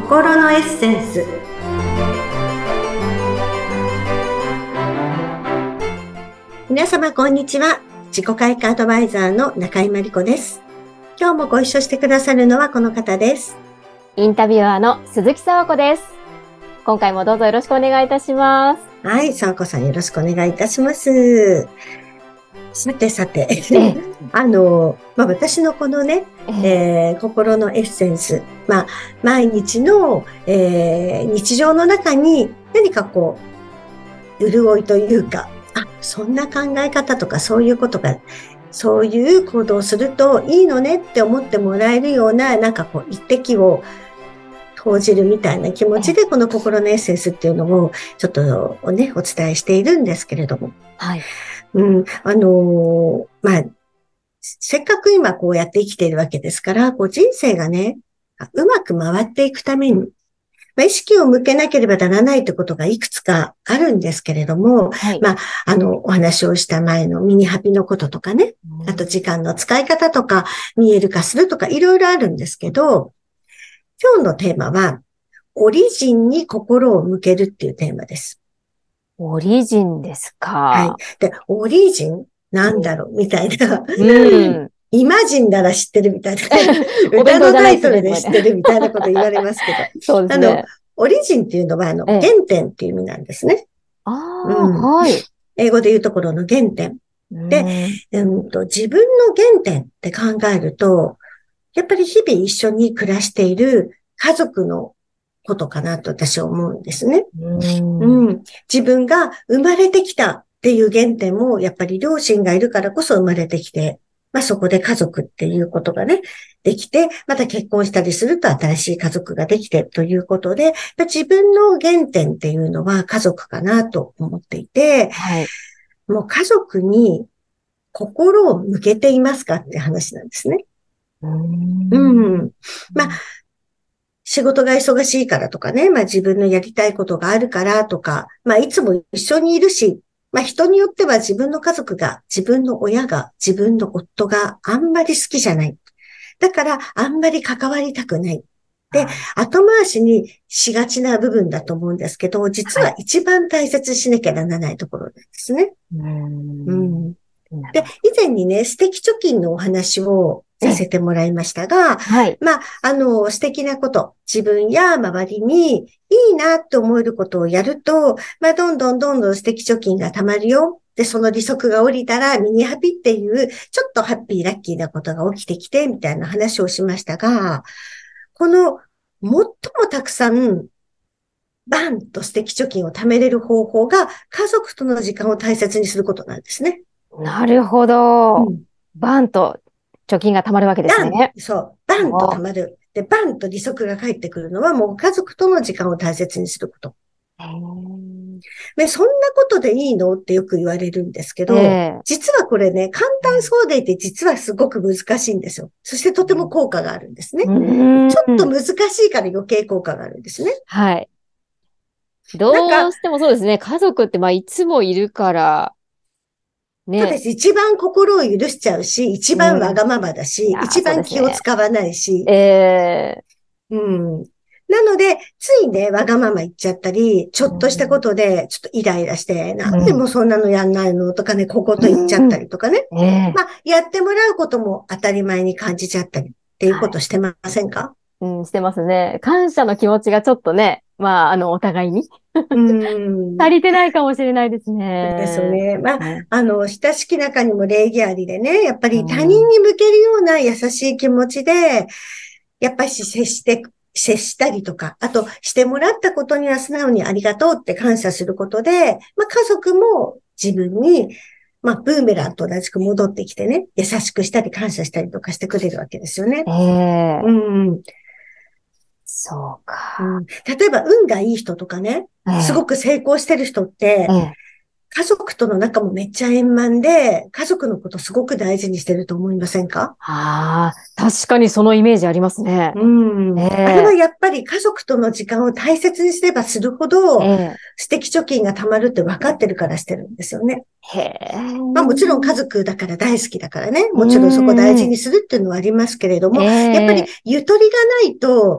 心のエッセンス。皆様こんにちは。自己開花アドバイザーの中井真理子です。今日もご一緒してくださるのはこの方です。 インタビュアーの鈴木佐和子です。今回もどうぞよろしくお願いいたします。 はい、佐和子さんよろしくお願いいたします。さて、私のこのね、心のエッセンス、毎日の、日常の中に何かこう、潤いというか、そんな考え方とかそういうことが、そういう行動をするといいのねって思ってもらえるような、なんかこう、一滴を投じるみたいな気持ちで、この心のエッセンスっていうのを、ちょっとね、お伝えしているんですけれども。 はい。 せっかく今こうやって生きているわけですから、こう人生がね、うまく回っていくために、意識を向けなければならないということがいくつかあるんですけれども、 はい、 お話をした前のミニハピのこととかね、あと時間の使い方とか、見える化するとか、いろいろあるんですけど、今日のテーマは、オリジンに心を向けるっていうテーマです。 オリジンですか。 はい。で、オリジンなんだろうみたいな。イマジンなら知ってるみたいな。歌のタイトルで知ってるみたいなこと言われますけど。 そうですね。 オリジンっていうのは、原点っていう意味なんですね。 はい。 英語で言うところの原点。で、自分の原点って考えると、やっぱり日々一緒に暮らしている家族のことかなと私は思うんですね。自分が生まれてきたっていう原点も、やっぱり両親がいるからこそ生まれてきて、そこで家族っていうことがね、できて、また結婚したりすると新しい家族ができてということで、自分の原点っていうのは家族かなと思っていて、 はい、 もう家族に心を向けていますかって話なんですね。仕事が忙しいからとかね、自分のやりたいことがあるからとか、いつも一緒にいるし、人によっては自分の家族が、自分の親が、自分の夫があんまり好きじゃない。だから、あんまり関わりたくない。で、後回しにしがちな部分だと思うんですけど、実は一番大切にしなきゃならないところなんですね。で、以前にね、素敵貯金のお話をさせてもらいましたが、素敵なこと、自分や周りにいいなと思えることをやると、どんどん素敵貯金が貯まるよ。で、その利息が降りたらミニハピっていう、ちょっとハッピーラッキーなことが起きてきて、みたいな話をしましたが、この、最もたくさん、バンと素敵貯金を貯めれる方法が、家族との時間を大切にすることなんですね。 なるほど。バンと貯金が貯まるわけですね。 バンと貯まる。で、バンと利息が返ってくるのはもう家族との時間を大切にすること。で、そんなことでいいのってよく言われるんですけど、実はこれね、簡単そうでいて実はすごく難しいんですよ。そしてとても効果があるんですね。ちょっと難しいから余計効果があるんですね。 はい。どうしてもそうですね。家族っていつもいるから、 ね。そうです。一番心を許しちゃうし、一番わがままだし、一番気を使わないし。なので、ついね、わがまま言っちゃったり、ちょっとしたことで、ちょっとイライラして、なんでもそんなのやんないのとかね、ここと言っちゃったりとかね。やってもらうことも当たり前に感じちゃったりっていうことしてませんか？ してますね。感謝の気持ちがちょっとね、お互いに足りてないかもしれないですね。 ですよね。親しき中にも礼儀ありでね、やっぱり他人に向けるような優しい気持ちで、やっぱり接したりとか、あとしてもらったことには素直にありがとうって感謝することで、家族も自分に、ブーメランと同じく戻ってきてね、優しくしたり感謝したりとかしてくれるわけですよね。 そうか。 例えば運がいい人とかね、すごく成功してる人って、家族との仲もめっちゃ円満で、家族のことすごく大事にしてると思いませんか？ 確かにそのイメージありますね。あれはやっぱり家族との時間を大切にすればするほど、素敵貯金が貯まるって分かってるからしてるんですよね。もちろん家族だから大好きだからね、もちろんそこ大事にするっていうのはありますけれども、やっぱりゆとりがないと、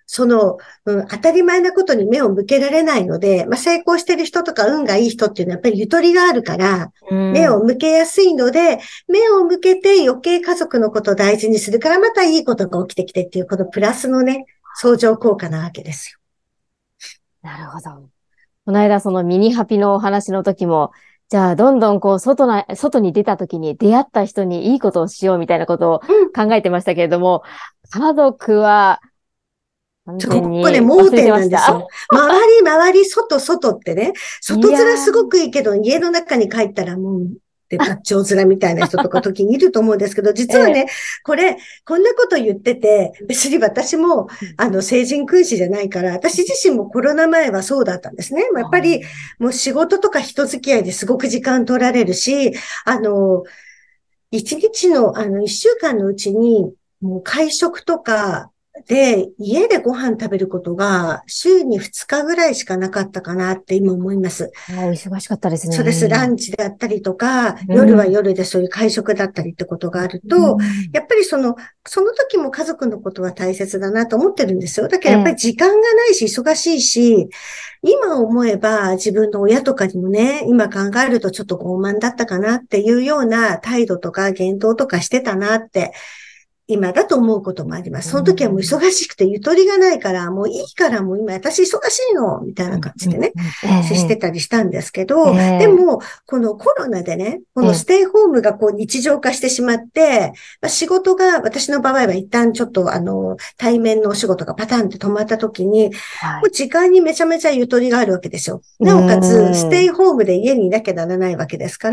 当たり前なことに目を向けられないので、成功してる人とか運がいい人っていうのはやっぱりゆとりがあるから、目を向けやすいので、目を向けて余計家族のことを大事にするからまたいいことが起きてきてっていう、このプラスのね、相乗効果なわけですよ。 なるほど。この間そのミニハピのお話の時も、じゃあどんどんこう外に出た時に出会った人にいいことをしようみたいなことを考えてましたけれども、家族は完全ここでに忘れ盲点てました。 なんですよ。周り、外ってね。外面すごくいいけど、家の中に帰ったらもう、で、マッチョ面みたいな人とか時にいると思うんですけど、実はね、こんなこと言ってて、別に私も、成人君子じゃないから、私自身もコロナ前はそうだったんですね。やっぱり、もう仕事とか人付き合いですごく時間取られるし、一日の、一週間のうちに、もう会食とかで、家でご飯食べることが、週に2日ぐらいしかなかったかなって今思います。 お忙しかったですそうです。ラね。 ンチだったりとか、夜は夜でそういう会食だったりってことがあると、やっぱりその時も家族のことは大切だなと思ってるんですよ。だけどやっぱり時間がないし、忙しいし、今思えば自分の親とかにもね、今考えるとちょっと傲慢だったかなっていうような態度とか言動とかしてたなって今だと思うこともあります。その時はもう忙しくてゆとりがないから、もういいからもう今私忙しいのみたいな感じでね、接してたりしたんですけど、でも、このコロナでね、このステイホームがこう日常化してしまって、仕事が私の場合は一旦ちょっと対面のお仕事がパタンって止まった時に、もう時間にめちゃめちゃゆとりがあるわけですよ。なおかつ、ステイホームで家にいなきゃならないわけですから、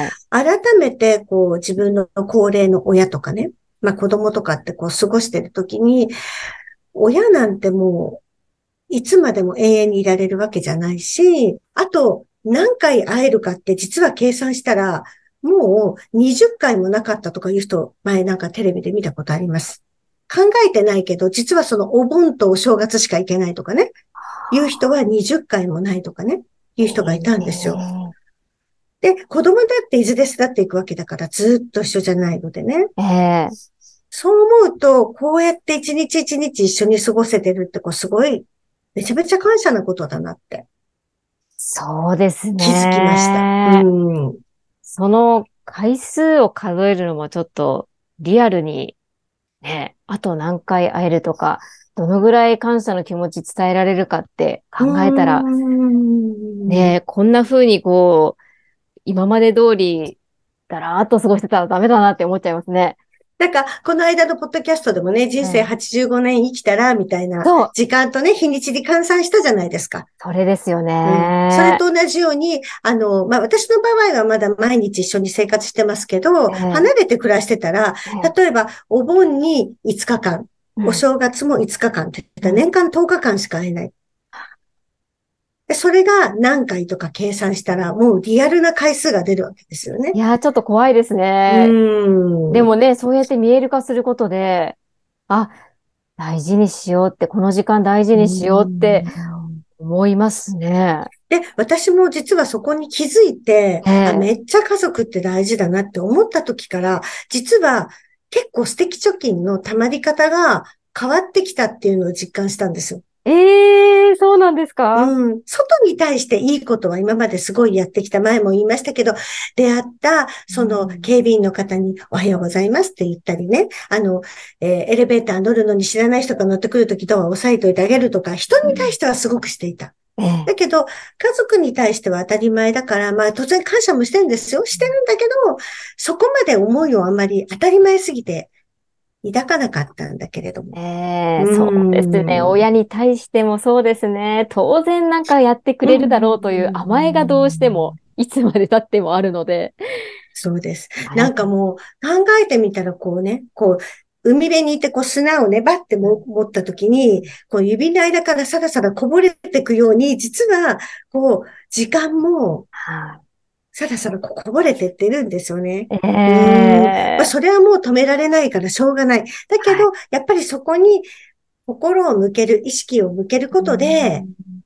改めてこう自分の高齢の親とかね、子供とかってこう過ごしてるときに、親なんてもう、いつまでも永遠にいられるわけじゃないし、あと、何回会えるかって実は計算したら、もう20回もなかったとかいう人、前なんかテレビで見たことあります。考えてないけど、実はそのお盆とお正月しか行けないとかね、いう人は20回もないとかね、いう人がいたんですよ。で、子供だっていずれ巣立っていくわけだからずっと一緒じゃないのでね。そう思うと、こうやって一日一日一緒に過ごせてるってすごい、めちゃめちゃ感謝なことだなって。 そうですね。 気づきました。 その回数を数えるのもちょっとリアルにね、あと何回会えるとか、どのぐらい感謝の気持ち伝えられるかって考えたら、ね、こんな風にこう、今まで通り、だらーっと過ごしてたらダメだなって思っちゃいますね。 なんか、この間のポッドキャストでもね、人生85年生きたら、みたいな時間とね、日にちに換算したじゃないですか。 それですよね。 それと同じように、私の場合はまだ毎日一緒に生活してますけど、離れて暮らしてたら、例えば、お盆に5日間、お正月も5日間って言ったら年間10日間しか会えない。それが何回とか計算したら、もうリアルな回数が出るわけですよね。 いやー、ちょっと怖いですね。でもね、そうやって見える化することで、あ、大事にしようって、この時間大事にしようって思いますね。 で、私も実はそこに気づいて、めっちゃ家族って大事だなって思った時から、実は結構素敵貯金の貯まり方が変わってきたっていうのを実感したんですよ。 そうなんですか？ 外に対していいことは今まですごいやってきた。前も言いましたけど、出会った、その警備員の方におはようございますって言ったりね、エレベーター乗るのに知らない人が乗ってくるときドアを押さえといてあげるとか、人に対してはすごくしていた。だけど、家族に対しては当たり前だから、当然感謝もしてるんですよ。してるんだけど、そこまで思いをあまり当たり前すぎて抱かなかったんだけれども。 そうですね。親に対してもそうですね。当然なんかやってくれるだろうという甘えがどうしてもいつまで経ってもあるので。 そうです。なんかもう考えてみたら海辺にいて砂をね、バッて持った時に、指の間からさらさらこぼれていくように、実は、時間も、さらさらこぼれてってるんですよね。それはもう止められないからしょうがない。だけど、やっぱりそこに心を向ける、意識を向けることで、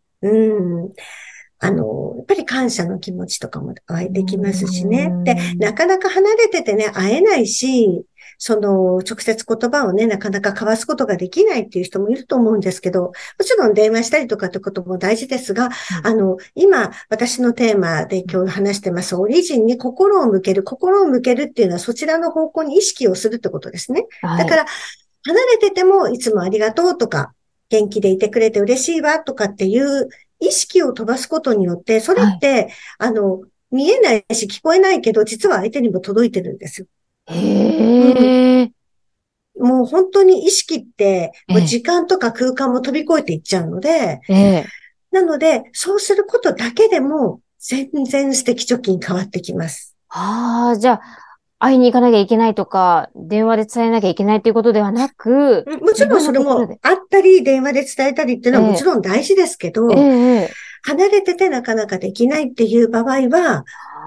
やっぱり感謝の気持ちとかも湧いてきますしね。で、なかなか離れててね、会えないし、 直接言葉をね、なかなか交わすことができないっていう人もいると思うんですけど、もちろん電話したりとかってことも大事ですが、今、私のテーマで今日話してます、オリジンに心を向けるっていうのはそちらの方向に意識をするってことですね。だから、離れててもいつもありがとうとか、元気でいてくれて嬉しいわとかっていう意識を飛ばすことによって、それって、見えないし聞こえないけど、実は相手にも届いてるんですよ。 へー。 もう本当に意識って、もう時間とか空間も飛び越えていっちゃうので、なので、そうすることだけでも、全然素敵貯金変わってきます。 じゃあ、会いに行かなきゃいけないとか、電話で伝えなきゃいけないっていうことではなく、 もちろんそれもあったり、電話で伝えたりっていうのはもちろん大事ですけど、離れててなかなかできないっていう場合は、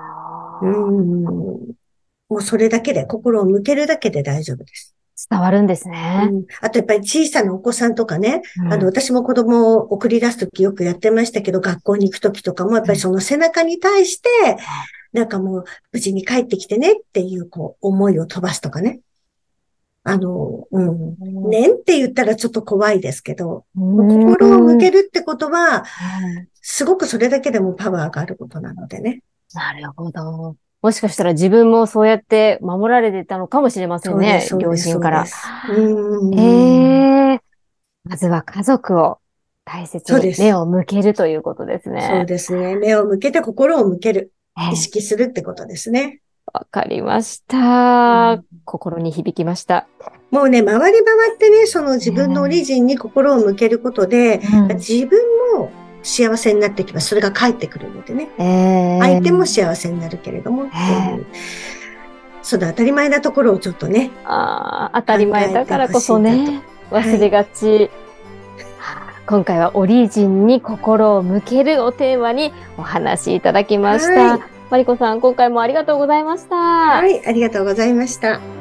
もうそれだけで、心を向けるだけで大丈夫です。 伝わるんですね。 あとやっぱり小さなお子さんとかね、私も子供を送り出すときよくやってましたけど、学校に行くときとかもやっぱりその背中に対して、なんかもう無事に帰ってきてねっていう思いを飛ばすとかね。念って言ったらちょっと怖いですけど、心を向けるってことは、すごくそれだけでもパワーがあることなのでね。 なるほど。もしかしたら自分もそうやって守られてたのかもしれませんね。両親から。まずは家族を大切に目を向けるということですね。 そうですね。目を向けて心を向ける。意識するってことですね。 わかりました。心に響きました。 もうね、回り回ってね、その自分のオリジンに心を向けることで、自分も幸せになってきます。それが返ってくるのでね。相手も幸せになるけれどもっていう。その当たり前なところをちょっとね。 当たり前だからこそね、忘れがち。今回はオリジンに心を向けるをテーマにお話しいただきました。マリコさん、今回もありがとうございました。 はい、ありがとうございました。